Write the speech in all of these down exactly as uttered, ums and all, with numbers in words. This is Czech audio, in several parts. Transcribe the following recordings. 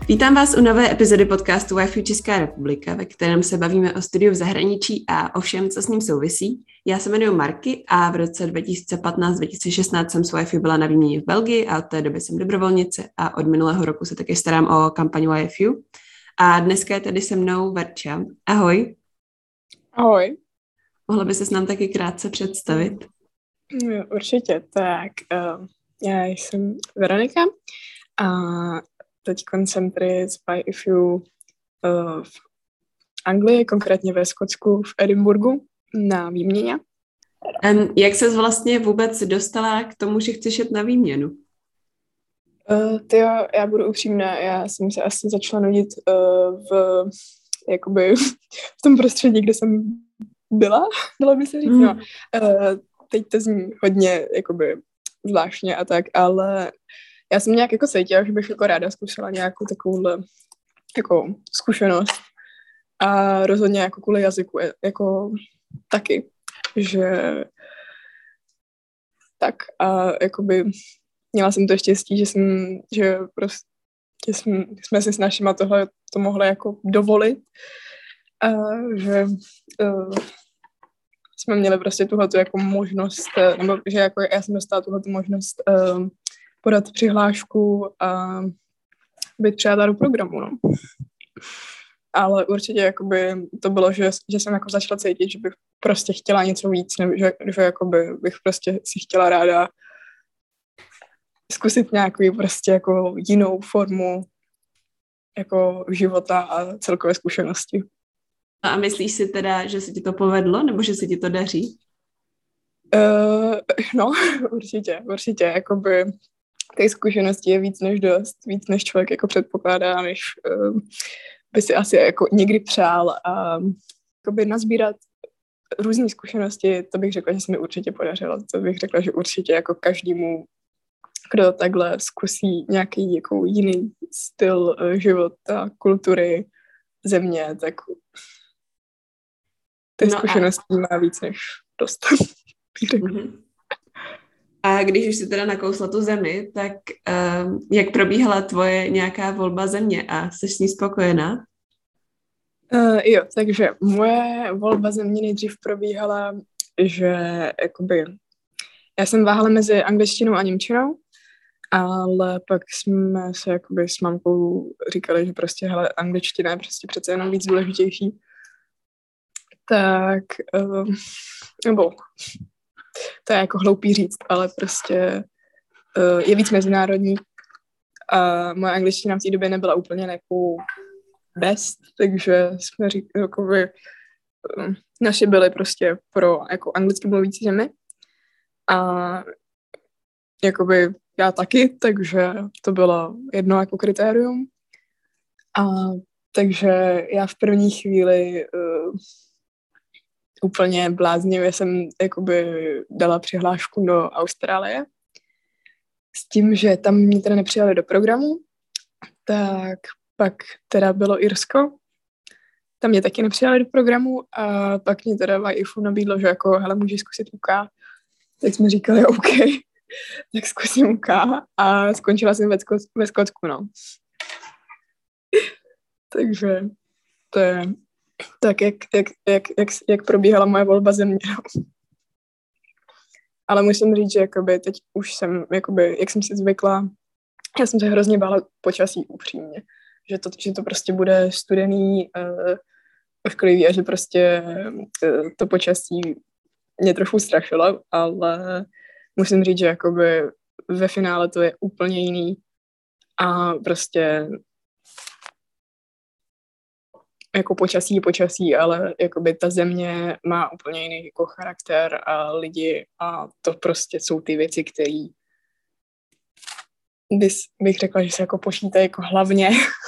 Vítám vás u nové epizody podcastu Wi-Fi Česká republika, ve kterém se bavíme o studiu v zahraničí a o všem, co s ním souvisí. Já se jmenuji Marky a v roce dva tisíce patnáct dva tisíce šestnáct jsem s Wi-Fi byla na výměně v Belgii a od té doby jsem dobrovolnice a od minulého roku se taky starám o kampaň Wi-Fi. A dneska je tady se mnou Verča. Ahoj. Ahoj. Mohla by ses nám taky krátce představit? Jo, určitě. Tak uh, já jsem Veronika a teď jsem tady s Wi-Fi uh, v Anglii, konkrétně ve Skotsku, v Edinburghu na výměně. Um, jak ses vlastně vůbec dostala k tomu, že chceš jet na výměnu? Uh, tyjo, já budu upřímná, já jsem se asi začala nudit uh, v, jakoby, v tom prostředí, kde jsem byla, dalo by se říct, mm. no. Uh, teď to zní hodně, jakoby, zvláštně a tak, ale já jsem nějak jako cítila, že bych jako ráda zkusila nějakou takovouhle jako zkušenost a rozhodně jako kvůli jazyku, jako taky, že tak a jakoby měla jsem to štěstí, že jsem, že prostě jsme, jsme si s našima tohle to mohli jako dovolit a že uh, jsme měli prostě tuhletu jako možnost, nebo že jako já jsem dostala tuhletu možnost uh, podat přihlášku a být přijata do programu, no. Ale určitě jakoby to bylo, že, že jsem jako začala cítit, že bych prostě chtěla něco víc, nebo že, že jakoby bych prostě si chtěla ráda zkusit nějakou prostě jako jinou formu jako života a celkové zkušenosti. A myslíš si teda, že se ti to povedlo, nebo že se ti to daří? Uh, no, určitě, určitě, jakoby té zkušenosti je víc než dost, víc než člověk jako předpokládá, než uh, by si asi jako někdy přál a jakoby nazbírat různé zkušenosti, to bych řekla, že se mi určitě podařilo, to bych řekla, že určitě jako každému, kdo takhle zkusí nějaký jako jiný styl uh, života, kultury, země, tak ty no zkušenosti a... má víc než dost. Mm-hmm. A když už jsi teda nakousla tu zemi, tak um, jak probíhala tvoje nějaká volba země a jsi s ní spokojená? Uh, jo, takže moje volba země nejdřív probíhala, že jakoby, já jsem váhala mezi angličtinou a němčinou, ale pak jsme se jakoby s mamkou říkali, že prostě hele, angličtina je prostě přece jenom víc důležitější. Tak, uh, nebo to je jako hloupý říct, ale prostě uh, je víc mezinárodní a moje angličtina v té době nebyla úplně jako best, takže jsme říkali, jakoby, uh, naše byly prostě pro jako anglicky mluvící zemi a jakoby já taky, takže to bylo jedno jako kritérium a takže já v první chvíli uh, úplně bláznivě jsem jakoby dala přihlášku do Austrálie s tím, že tam mě teda nepřijali do programu, tak pak teda bylo Irsko, tam mě taky nepřijali do programu a pak mě teda Wi-Fi nabídlo, že jako hele, můžeš zkusit U K, tak jsme říkali OK, tak zkusím U K a skončila jsem ve, Sko- ve Skotsku, no. Takže to je tak, jak, jak, jak, jak, jak probíhala moje volba země. Ale musím říct, že jakoby teď už jsem, jakoby, jak jsem si zvykla, já jsem se hrozně bála počasí upřímně. Že to, že to prostě bude studený, uh, ošklivý a že prostě uh, to počasí mě trochu strašilo, ale musím říct, že jakoby ve finále to je úplně jiný a prostě jako počasí počasí, ale jakoby ta země má úplně jiný jako charakter a lidi a to prostě jsou ty věci, které bys, bych řekla, že se jako počítají jako hlavně.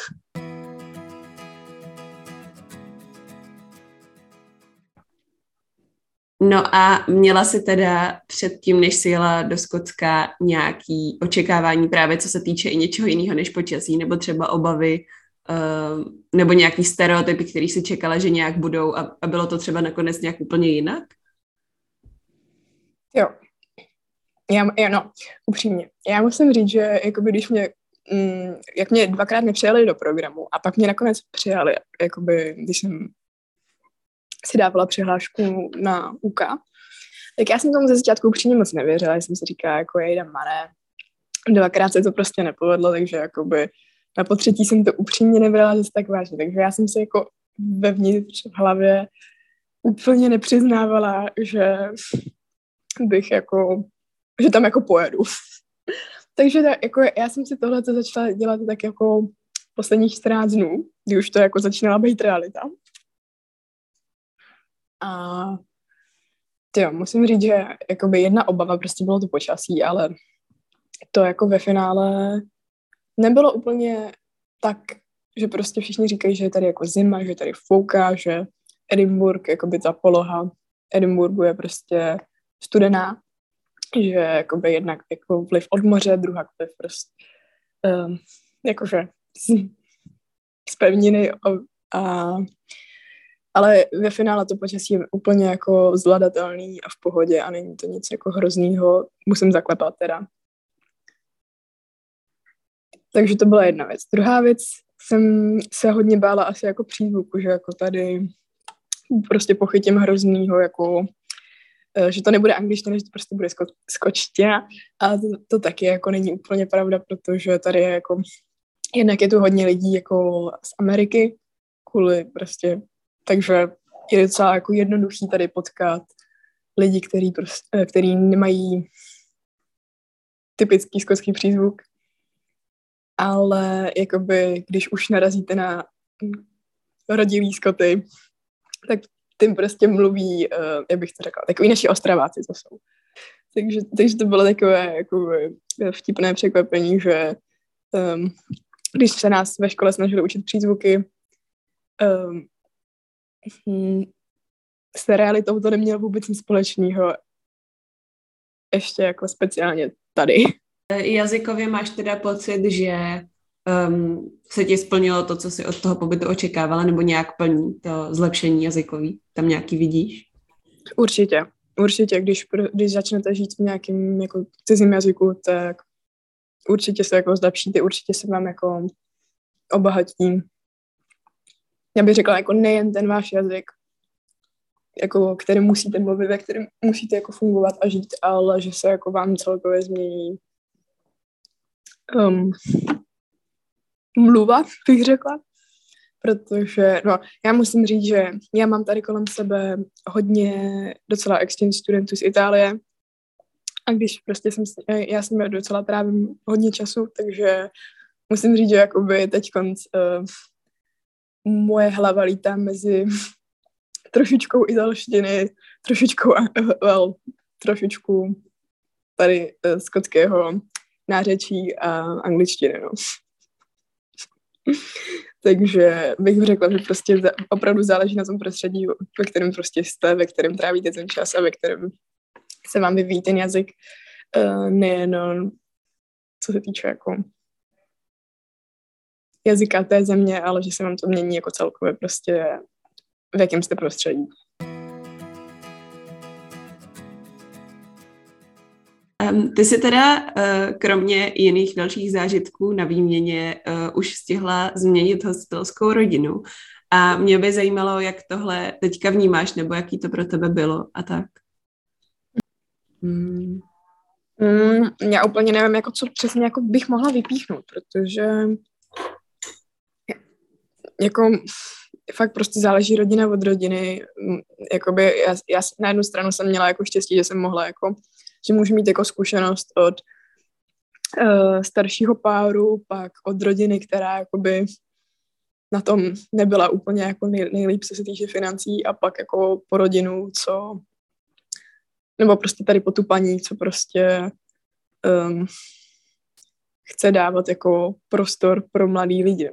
No a měla jsi teda předtím, než jsi jela do Skotska, nějaký očekávání právě co se týče i něčeho jiného než počasí, nebo třeba obavy, Uh, nebo nějaký stereotypy, který si čekala, že nějak budou a, a bylo to třeba nakonec nějak úplně jinak? Jo. Já, já no, upřímně. Já musím říct, že jakoby, když mě mm, jak mě dvakrát nepřijali do programu a pak mě nakonec přijali, jakoby, když jsem si dávala přihlášku na U K, tak já jsem tomu ze začátku upřímně moc nevěřila, jsem si říkala, jako jejda mané, dvakrát se to prostě nepovedlo, takže jakoby na potřetí jsem to upřímně nebrala zase tak vážně, takže já jsem si jako vevnitř v hlavě úplně nepřiznávala, že bych jako, že tam jako pojedu. Takže tak, jako já jsem si tohle začala dělat tak jako posledních čtrnáct dnů, kdy už to jako začínala být realita. A jo, musím říct, že jakoby jedna obava prostě bylo to počasí, ale to jako ve finále nebylo úplně tak, že prostě všichni říkají, že je tady jako zima, že tady fouká, že Edinburgh, jakoby ta poloha Edinburghu je prostě studená, že jakoby jednak jako vliv od moře, druhá vliv prostě um, jakože z, z pevniny a, a ale ve finále to počasí je úplně jako zvladatelný a v pohodě a není to nic jako hroznýho. Musím zaklepat teda. Takže to byla jedna věc. Druhá věc, jsem se hodně bála asi jako přízvuku, že jako tady prostě pochytím hroznýho, jako že to nebude angličtina, že to prostě bude sko- skočtina. A to, to taky jako není úplně pravda, protože tady je jako jednak je tu hodně lidí jako z Ameriky, kvůli prostě takže je docela jako jednoduchý tady potkat lidi, který, prostě, který nemají typický skotský přízvuk, ale jakoby, když už narazíte na rodilý Skoty, tak tím prostě mluví, uh, jak bych to řekla, takový naši Ostraváci to jsou. Takže, takže to bylo takové jako vtipné překvapení, že um, když se nás ve škole snažili učit přízvuky, um, Hmm, s realitou to nemělo vůbec nic společného. Ještě jako speciálně tady. Jazykově máš teda pocit, že um, se ti splnilo to, co jsi od toho pobytu očekávala, nebo nějak plní to zlepšení jazykový? Tam nějaký vidíš? Určitě. Určitě, když, když začnete žít v nějakém jako cizím jazyku, tak určitě se jako zlepšíte, určitě se vám jako obohatí. Já bych řekla, jako nejen ten váš jazyk, jako, kterým musíte mluvit, ve kterém musíte jako fungovat a žít, ale že se jako vám celkově změní um, mluva, bych řekla. Protože, no, já musím říct, že já mám tady kolem sebe hodně docela exchange studentů z Itálie a když prostě jsem, já jsem docela trávím hodně času, takže musím říct, že jakoby teď konc uh, moje hlava lítá mezi trošičkou italštiny, trošičkou, well, trošičku tady uh, skotského nářečí a angličtiny, no. Takže bych řekla, že prostě opravdu záleží na tom prostředí, ve kterém prostě jste, ve kterém trávíte ten čas a ve kterém se vám vyvíjí ten jazyk, uh, nejen co se týče jako jazyka té země, ale že se vám to mění jako celkově prostě v jakém jste prostředí. Um, ty jsi teda uh, kromě jiných dalších zážitků na výměně uh, už stihla změnit hostitelskou rodinu a mě by zajímalo, jak tohle teďka vnímáš, nebo jaký to pro tebe bylo a tak. Hmm. Hmm, já úplně nevím, jako co přesně jako bych mohla vypíchnout, protože jako fakt prostě záleží rodina od rodiny. Jakoby já, já na jednu stranu jsem měla jako štěstí, že jsem mohla jako, že můžu mít jako zkušenost od uh, staršího páru, pak od rodiny, která jakoby na tom nebyla úplně jako nej, nejlíp, co se týče financí, a pak jako po rodinu, co nebo prostě tady po tu paní, co prostě um, chce dávat jako prostor pro mladý lidi.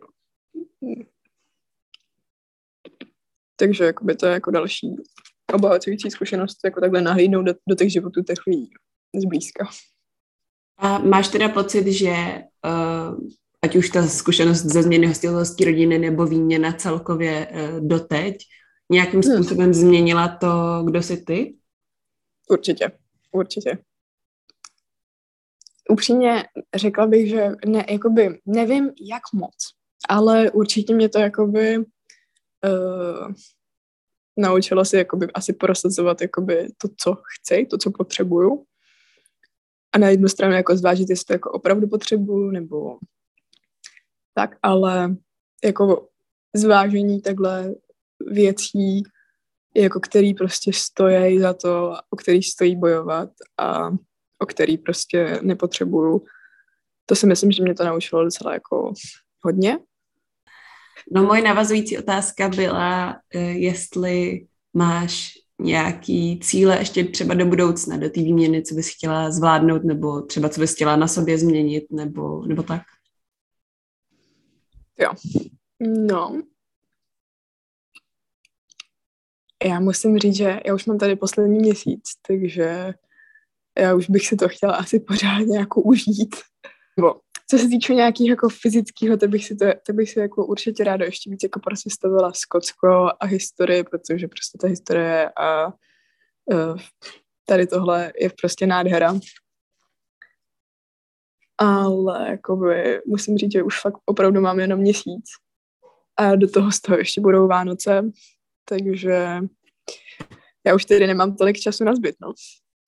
Takže jakoby to je jako další obohacující zkušenost, jako takhle nahlídnout do, do těch životů těch lidí zblízka. A máš teda pocit, že uh, ať už ta zkušenost ze změny hostitelské rodiny nebo výměna celkově uh, doteď nějakým způsobem hmm. změnila to, kdo jsi ty? Určitě, určitě. upřímně řekla bych, že ne, jakoby nevím, jak moc, ale určitě mě to jakoby uh, naučilo si jakoby asi prosazovat jakoby to, co chci, to, co potřebuju. A na jednu stranu jako zvážit, jestli to jako opravdu potřebuju, nebo tak, ale jako zvážení takhle věcí, jako který prostě stojí za to, o který stojí bojovat a o který prostě nepotřebuju. To si myslím, že mě to naučilo docela jako hodně. No moje navazující otázka byla, jestli máš nějaký cíle ještě třeba do budoucna, do té výměny, co bys chtěla zvládnout, nebo třeba co bys chtěla na sobě změnit, nebo, nebo tak? Jo. No. Já musím říct, že já už mám tady poslední měsíc, takže já už bych si to chtěla asi pořádně jako užít. Nebo co se týče nějakého jako fyzického, tak bych si to, tak bych si jako určitě ráda ještě víc jako procestovala Skotsko a historii, protože prostě ta historie a uh, tady tohle je prostě nádhera. Ale jakoby musím říct, že už fakt opravdu mám jenom měsíc a do toho z toho ještě budou Vánoce, takže já už tedy nemám tolik času na zbyt, no.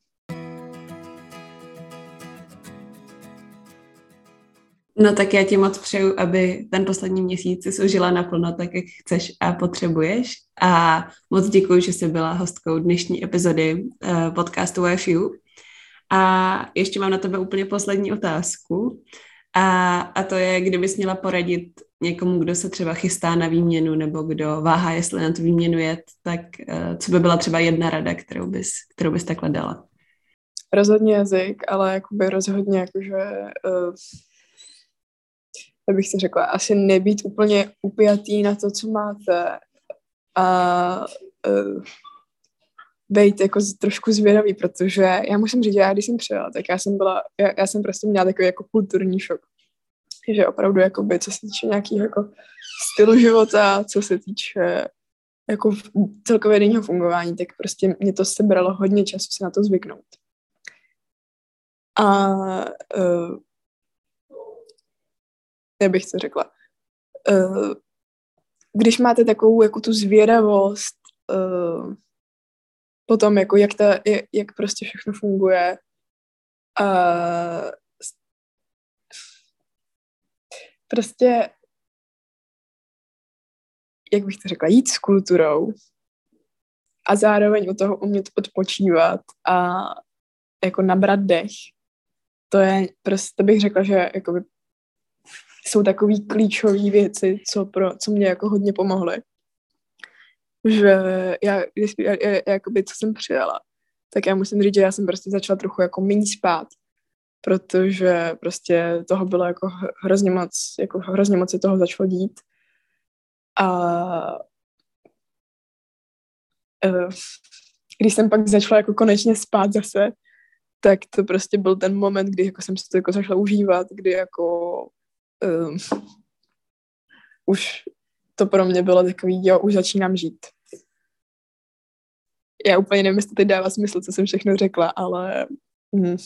No tak já ti moc přeju, aby ten poslední měsíc jsi užila naplno tak, jak chceš a potřebuješ. A moc děkuji, že jsi byla hostkou dnešní epizody uh, podcastu W F U. A ještě mám na tebe úplně poslední otázku. A, a to je, kdybys měla poradit někomu, kdo se třeba chystá na výměnu nebo kdo váhá, jestli na tu výměnu jet, tak uh, co by byla třeba jedna rada, kterou bys, kterou bys takhle dala? Rozhodně jazyk, ale jakoby rozhodně jakože... Uh... tak bych si řekla, asi nebýt úplně upjatý na to, co máte a uh, být jako z, trošku zvědavý, protože já musím říct, že já když jsem přijela, tak já jsem byla, já, já jsem prostě měla takový jako kulturní šok. Že opravdu jakoby, co se týče nějakého jako stylu života, co se týče jako celkově denního fungování, tak prostě mě to sebralo hodně času se na to zvyknout. A uh, já bych to řekla. Uh, když máte takovou jako tu zvědavost uh, potom, jako jak, ta, jak, jak prostě všechno funguje, uh, prostě jak bych to řekla, jít s kulturou a zároveň u toho umět odpočívat a jako nabrat dech, to je prostě, to bych řekla, že jakoby jsou takový klíčové věci, co, pro, co mě jako hodně pomohly. Že já, když, já, já, jakoby, co jsem přijela, tak já musím říct, že já jsem prostě začala trochu jako méně spát, protože prostě toho bylo jako hrozně moc, jako hrozně moc se toho začalo dít. A uh, když jsem pak začala jako konečně spát zase, tak to prostě byl ten moment, kdy jako jsem si to jako začala užívat, kdy jako Um, už to pro mě bylo takový, jo, už začínám žít. Já úplně nevím, jestli to teď dává smysl, co jsem všechno řekla, ale hm,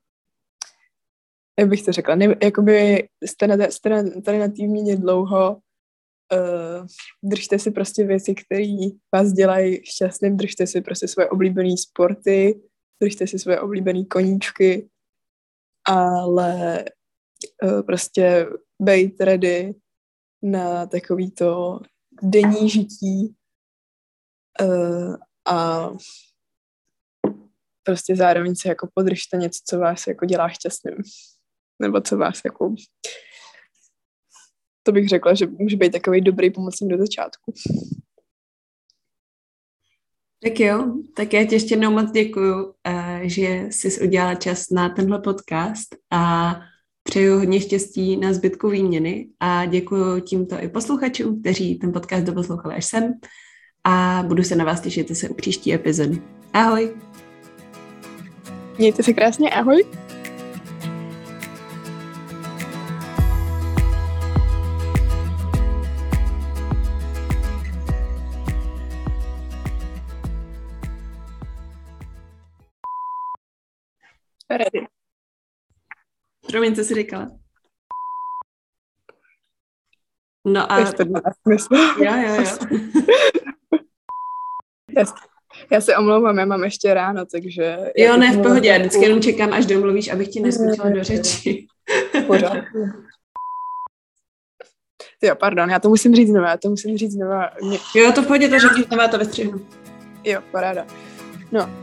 jak bych to řekla, ne, jakoby jste, na, jste na, tady na té výměně dlouho, uh, držte si prostě věci, které vás dělají šťastným, držte si prostě svoje oblíbené sporty, držte si svoje oblíbené koníčky, ale uh, prostě být ready na takový to denní žití uh, a prostě zároveň si jako podržte něco, co vás jako dělá šťastným. Nebo co vás jako... To bych řekla, že může být takový dobrý pomocník do začátku. Tak jo, tak já ti ještě jednou moc děkuju, že jsi udělala čas na tenhle podcast a přeju hodně štěstí na zbytku výměny a děkuju tímto i posluchačům, kteří ten podcast doposlouchali až sem a budu se na vás těšit zase u příští epizody. Ahoj! Mějte se krásně, ahoj! Ready. Promiň, co jsi říkala? No a... Ještě má smysl. Jo, jo, jo. já, já se omlouvám, já mám ještě ráno, takže... Jo, ne, v pohodě, já vždycky jenom čekám, až domluvíš, abych ti neskočila do řeči. Pořád. Jo, pardon, já to musím říct znova, já to musím říct znova. Mě... Jo, to v pohodě, to řekni znova, to vystřihnu. Jo, paráda. No,